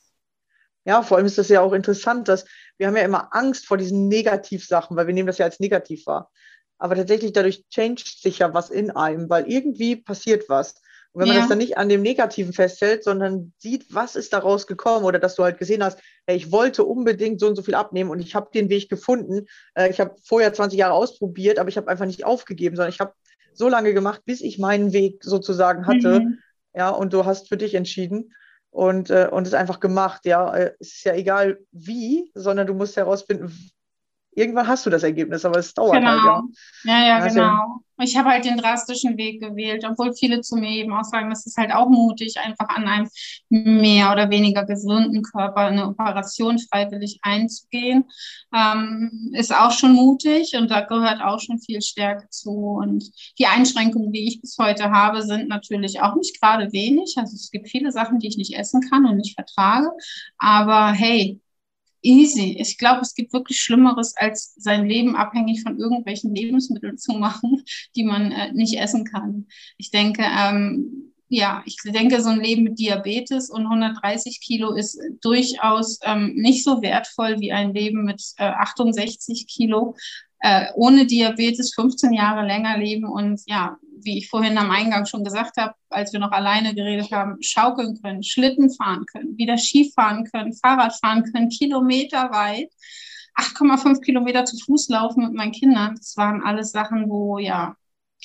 Ja, vor allem ist das ja auch interessant, dass wir haben ja immer Angst vor diesen Negativsachen, weil wir nehmen das ja als negativ wahr. Aber tatsächlich dadurch changed sich ja was in einem, weil irgendwie passiert was. Und wenn man Ja. das dann nicht an dem Negativen festhält, sondern sieht, was ist daraus gekommen oder dass du halt gesehen hast, ey, ich wollte unbedingt so und so viel abnehmen und ich habe den Weg gefunden. Äh, ich habe vorher zwanzig Jahre ausprobiert, aber ich habe einfach nicht aufgegeben, sondern ich habe so lange gemacht, bis ich meinen Weg sozusagen hatte. Mhm. Ja, und du hast für dich entschieden. Und, äh, und es einfach gemacht, ja. Äh, Es ist ja egal wie, sondern du musst herausfinden, irgendwann hast du das Ergebnis, aber es dauert halt, ja. Genau. Ja, ja, Ja, ist ja- genau. Ich habe halt den drastischen Weg gewählt, obwohl viele zu mir eben auch sagen, das ist halt auch mutig, einfach an einem mehr oder weniger gesunden Körper eine Operation freiwillig einzugehen. Ähm, ist auch schon mutig und da gehört auch schon viel Stärke zu. Und die Einschränkungen, die ich bis heute habe, sind natürlich auch nicht gerade wenig. Also es gibt viele Sachen, die ich nicht essen kann und nicht vertrage. Aber hey, easy. Ich glaube, es gibt wirklich Schlimmeres, als sein Leben abhängig von irgendwelchen Lebensmitteln zu machen, die man äh, nicht essen kann. Ich denke, ähm, ja, ich denke, so ein Leben mit Diabetes und hundertdreißig Kilo ist durchaus ähm, nicht so wertvoll wie ein Leben mit äh, achtundsechzig Kilo. Äh, ohne Diabetes fünfzehn Jahre länger leben und ja, wie ich vorhin am Eingang schon gesagt habe, als wir noch alleine geredet haben, schaukeln können, Schlitten fahren können, wieder Ski fahren können, Fahrrad fahren können, kilometerweit, acht Komma fünf Kilometer zu Fuß laufen mit meinen Kindern. Das waren alles Sachen, wo ja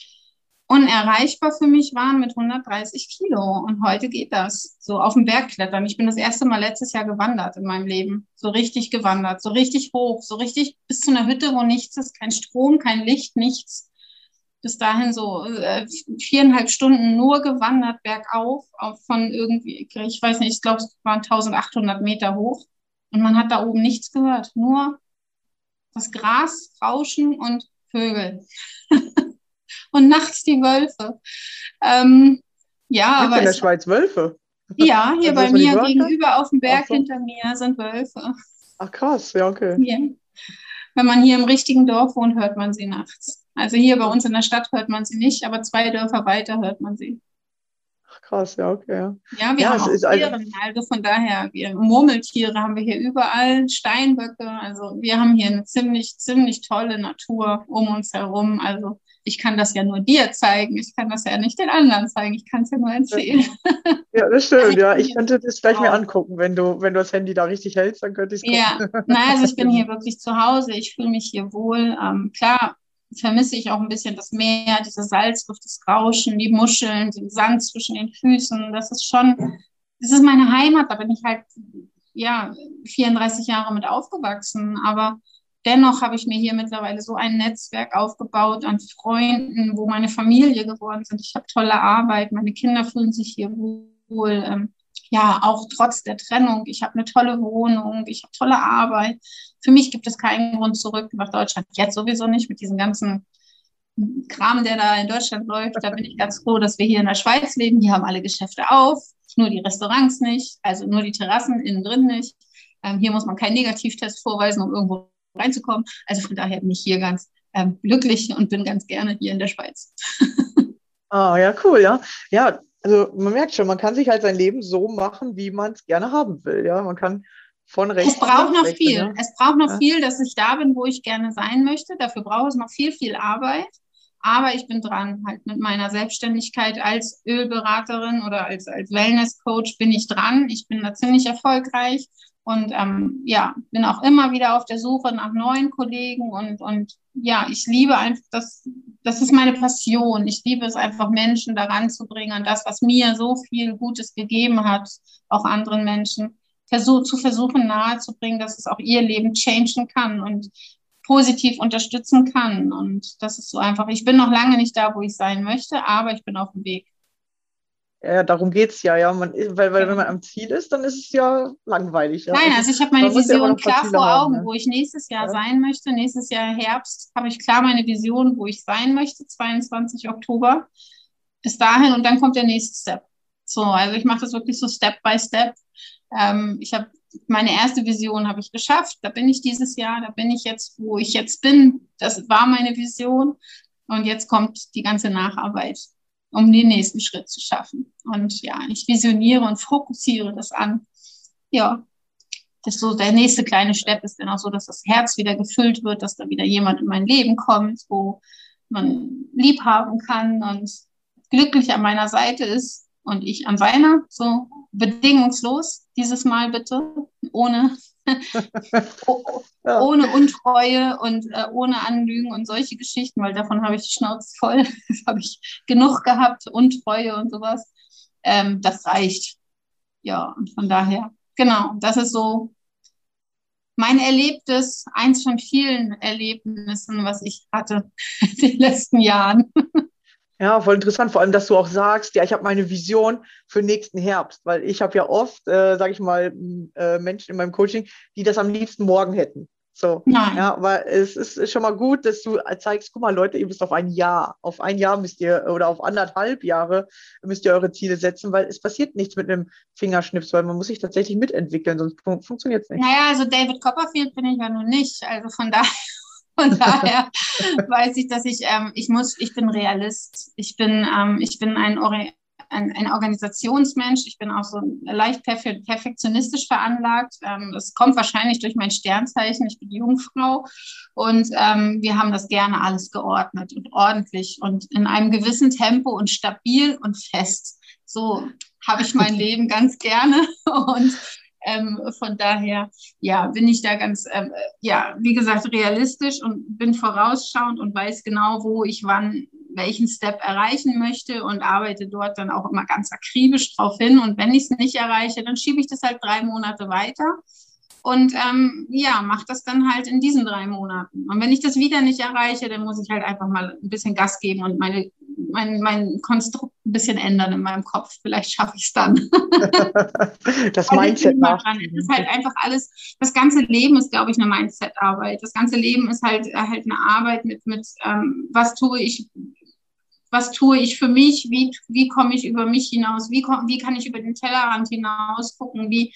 unerreichbar für mich waren mit hundertdreißig Kilo. Und heute geht das. So auf den Berg klettern. Ich bin das erste Mal letztes Jahr gewandert in meinem Leben. So richtig gewandert, so richtig hoch, so richtig bis zu einer Hütte, wo nichts ist, kein Strom, kein Licht, nichts. Bis dahin so äh, viereinhalb Stunden nur gewandert bergauf, auf von irgendwie, ich weiß nicht, ich glaube, es waren eintausendachthundert Meter hoch. Und man hat da oben nichts gehört. Nur das Gras, Rauschen und Vögel. Und nachts die Wölfe. Ähm, ja, Gibt's aber in der es, Schweiz Wölfe? ja, hier Also, bei dass man die mir hören kann? gegenüber auf dem Berg Ach so. hinter mir sind Wölfe. Ach krass, ja, okay. Hier. Wenn man hier im richtigen Dorf wohnt, hört man sie nachts. Also hier bei uns in der Stadt hört man sie nicht, aber zwei Dörfer weiter hört man sie. Ach, krass, ja, okay. Ja, Ja, wir ja haben es auch ist also, Tiere, also von daher, wir Murmeltiere haben wir hier überall, Steinböcke, also wir haben hier eine ziemlich, ziemlich tolle Natur um uns herum. Also ich kann das ja nur dir zeigen, ich kann das ja nicht den anderen zeigen, ich kann es ja nur erzählen. ja, das Also stimmt, ich ja. bin Ich hier könnte das gleich zu mir Hause. angucken, wenn du, wenn du das Handy da richtig hältst, dann könnte ich es Ja, gucken. na, also ich bin hier wirklich zu Hause, ich fühle mich hier wohl. Ähm, klar vermisse ich auch ein bisschen das Meer, diese Salzluft, das Rauschen, die Muscheln, den Sand zwischen den Füßen. Das ist schon, das ist meine Heimat, da bin ich halt, ja, vierunddreißig Jahre mit aufgewachsen. Aber dennoch habe ich mir hier mittlerweile so ein Netzwerk aufgebaut an Freunden, wo meine Familie geworden sind. Ich habe tolle Arbeit, meine Kinder fühlen sich hier wohl. Ähm, ja, auch trotz der Trennung. Ich habe eine tolle Wohnung, ich habe tolle Arbeit. Für mich gibt es keinen Grund zurück nach Deutschland. Jetzt sowieso nicht mit diesem ganzen Kram, der da in Deutschland läuft. Da bin ich ganz froh, dass wir hier in der Schweiz leben. Hier haben alle Geschäfte auf, nur die Restaurants nicht, also nur die Terrassen innen drin nicht. Ähm, hier muss man keinen Negativtest vorweisen, um irgendwo reinzukommen. Also von daher bin ich hier ganz ähm, glücklich und bin ganz gerne hier in der Schweiz. Ah, ja, cool, ja. Ja, also man merkt schon, man kann sich halt sein Leben so machen, wie man es gerne haben will. Ja, man kann von rechts Es nach braucht links noch wechseln, viel. ja. Es braucht noch Ja. viel, dass ich da bin, wo ich gerne sein möchte. Dafür braucht es noch viel, viel Arbeit. Aber ich bin dran, halt mit meiner Selbstständigkeit als Ölberaterin oder als, als Wellness-Coach bin ich dran. Ich bin da ziemlich erfolgreich und ähm, ja, bin auch immer wieder auf der Suche nach neuen Kollegen und, und ja, ich liebe einfach das, das ist meine Passion. Ich liebe es einfach, Menschen daran zu bringen, an das, was mir so viel Gutes gegeben hat, auch anderen Menschen, versuch, zu versuchen nahezubringen, dass es auch ihr Leben changen kann und positiv unterstützen kann. Und das ist so einfach. Ich bin noch lange nicht da, wo ich sein möchte, aber ich bin auf dem Weg. Ja, darum geht es ja, ja. Man, ist- weil, weil wenn man am Ziel ist, dann ist es ja langweilig. Ja. Nein, Also, also ich habe meine man muss ja immer Vision noch ein paar klar Ziele vor haben. Augen, wo Ja. ich nächstes Jahr Ja. sein möchte. Nächstes Jahr Herbst habe ich klar meine Vision, wo ich sein möchte, zweiundzwanzigsten Oktober. Bis dahin und dann kommt der nächste Step. So, also ich mache das wirklich so Step by Step. Ähm, ich habe meine erste Vision habe ich geschafft. Da bin ich dieses Jahr, da bin ich jetzt, wo ich jetzt bin. Das war meine Vision. Und jetzt kommt die ganze Nacharbeit, um den nächsten Schritt zu schaffen. Und ja, ich visioniere und fokussiere das an. Ja, das ist so der nächste kleine Step ist dann auch so, dass das Herz wieder gefüllt wird, dass da wieder jemand in mein Leben kommt, wo man lieb haben kann und glücklich an meiner Seite ist und ich an seiner, so bedingungslos dieses Mal bitte, ohne, Ja. ohne Untreue und äh, ohne Anlügen und solche Geschichten, weil davon habe ich die Schnauze voll, das habe ich genug gehabt, Untreue und sowas. Ähm, das reicht. Ja, und von daher, genau, das ist so mein Erlebtes, eins von vielen Erlebnissen, was ich hatte in den letzten Jahren. Ja, voll interessant. Vor allem, dass du auch sagst, ja, ich habe meine Vision für nächsten Herbst, weil ich habe ja oft, äh, sage ich mal, m, äh, Menschen in meinem Coaching, die das am liebsten morgen hätten. So, Nein. ja, aber es ist schon mal gut, dass du zeigst, guck mal, Leute, ihr müsst auf ein Jahr, auf ein Jahr müsst ihr oder auf anderthalb Jahre müsst ihr eure Ziele setzen, weil es passiert nichts mit einem Fingerschnips, weil man muss sich tatsächlich mitentwickeln, sonst fun funktioniert es nicht. Naja, also David Copperfield bin ich ja nun nicht. Also von daher, von daher weiß ich, dass ich, ähm, ich muss, ich bin Realist. Ich bin, ähm, ich bin ein, Ori ein, ein Organisationsmensch. Ich bin auch so leicht perfe perfektionistisch veranlagt. Ähm, das kommt wahrscheinlich durch mein Sternzeichen. Ich bin Jungfrau und ähm, wir haben das gerne alles geordnet und ordentlich und in einem gewissen Tempo und stabil und fest. So habe ich mein Leben ganz gerne und Ähm, von daher, ja, bin ich da ganz, ähm, ja, wie gesagt, realistisch und bin vorausschauend und weiß genau, wo ich wann welchen Step erreichen möchte und arbeite dort dann auch immer ganz akribisch drauf hin. Und wenn ich es nicht erreiche, dann schiebe ich das halt drei Monate weiter und ähm, ja, mache das dann halt in diesen drei Monaten. Und wenn ich das wieder nicht erreiche, dann muss ich halt einfach mal ein bisschen Gas geben und meine, mein, mein Konstrukt ein bisschen ändern in meinem Kopf. Vielleicht schaffe ich es dann. Das Also Mindset nach. es ist halt einfach alles, das ganze Leben ist, glaube ich, eine Mindset-Arbeit. Das ganze Leben ist halt, halt eine Arbeit mit, mit ähm, was tue ich, was tue ich für mich, wie, wie komme ich über mich hinaus, wie, komm, wie kann ich über den Tellerrand hinaus gucken, wie,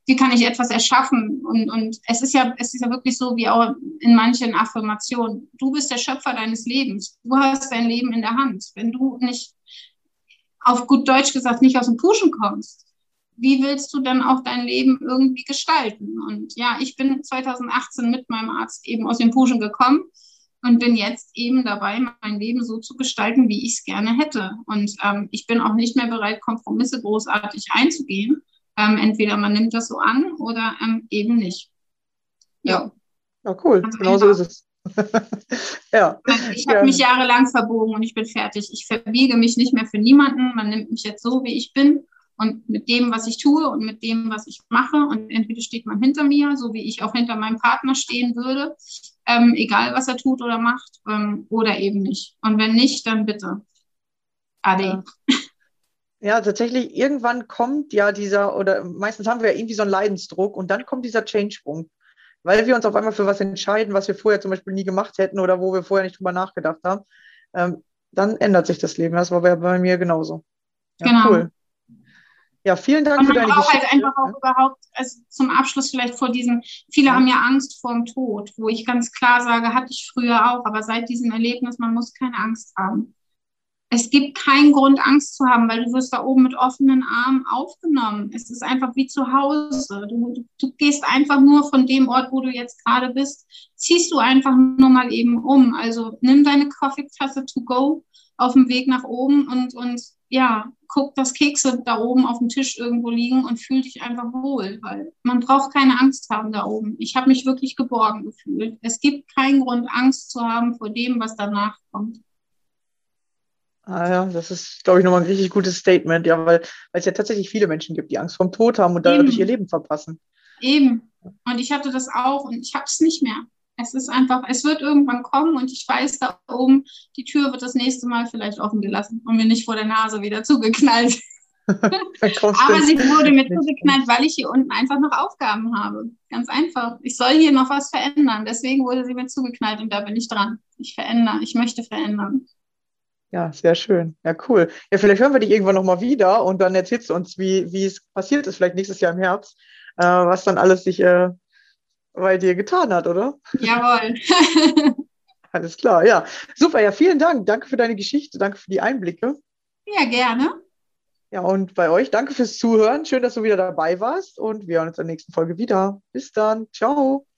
wie kann ich etwas erschaffen? Und, und es ist ja, es ist ja wirklich so, wie auch in manchen Affirmationen. Du bist der Schöpfer deines Lebens. Du hast dein Leben in der Hand. Wenn du nicht, auf gut Deutsch gesagt, nicht aus dem Pushen kommst, wie willst du dann auch dein Leben irgendwie gestalten? Und ja, ich bin zweitausendachtzehn mit meinem Arzt eben aus dem Pushen gekommen und bin jetzt eben dabei, mein Leben so zu gestalten, wie ich es gerne hätte. Und ähm, ich bin auch nicht mehr bereit, Kompromisse großartig einzugehen. Ähm, entweder man nimmt das so an oder ähm, eben nicht. Ja, ja cool, ganz genau so einfach. ist es. Ja. Ich habe Ja. mich jahrelang verbogen und ich bin fertig. Ich verbiege mich nicht mehr für niemanden. Man nimmt mich jetzt so, wie ich bin und mit dem, was ich tue und mit dem, was ich mache. Und entweder steht man hinter mir, so wie ich auch hinter meinem Partner stehen würde, ähm, egal was er tut oder macht, ähm, oder eben nicht. Und wenn nicht, dann bitte. Ade. Ja. Ja, tatsächlich, irgendwann kommt ja dieser, oder meistens haben wir ja irgendwie so einen Leidensdruck und dann kommt dieser Change-Punkt, weil wir uns auf einmal für was entscheiden, was wir vorher zum Beispiel nie gemacht hätten oder wo wir vorher nicht drüber nachgedacht haben. Ähm, dann ändert sich das Leben. Das war bei, bei mir genauso. Ja, Genau. cool. Ja, vielen Dank Und für man deine braucht Geschichte. halt einfach auch überhaupt, also zum Abschluss vielleicht vor diesem, viele Ja. haben ja Angst vor dem Tod, wo ich ganz klar sage, hatte ich früher auch, aber seit diesem Erlebnis, man muss keine Angst haben. Es gibt keinen Grund, Angst zu haben, weil du wirst da oben mit offenen Armen aufgenommen. Es ist einfach wie zu Hause. Du, du, du gehst einfach nur von dem Ort, wo du jetzt gerade bist, ziehst du einfach nur mal eben um. Also nimm deine Kaffeetasse to go auf dem Weg nach oben und, und ja, guck, dass Kekse da oben auf dem Tisch irgendwo liegen und fühl dich einfach wohl, weil man braucht keine Angst haben da oben. Ich habe mich wirklich geborgen gefühlt. Es gibt keinen Grund, Angst zu haben vor dem, was danach kommt. Ah ja, das ist, glaube ich, nochmal ein richtig gutes Statement, ja, weil, weil es ja tatsächlich viele Menschen gibt, die Angst vorm Tod haben und dadurch Eben. ihr Leben verpassen. Eben. Und ich hatte das auch und ich habe es nicht mehr. Es ist einfach, es wird irgendwann kommen und ich weiß, da oben, die Tür wird das nächste Mal vielleicht offen gelassen und mir nicht vor der Nase wieder zugeknallt. Dann kommst Aber du sie wurde mir nicht. zugeknallt, weil ich hier unten einfach noch Aufgaben habe. Ganz einfach. Ich soll hier noch was verändern. Deswegen wurde sie mir zugeknallt und da bin ich dran. Ich verändere, ich möchte verändern. Ja, sehr schön. Ja, cool. Ja, vielleicht hören wir dich irgendwann nochmal wieder und dann erzählst du uns, wie, wie es passiert ist, vielleicht nächstes Jahr im Herbst, äh, was dann alles sich äh, bei dir getan hat, oder? Jawohl. Alles klar, ja. Super, ja, vielen Dank. Danke für deine Geschichte, danke für die Einblicke. Ja, gerne. Ja, und bei euch, danke fürs Zuhören. Schön, dass du wieder dabei warst und wir hören uns in der nächsten Folge wieder. Bis dann. Ciao.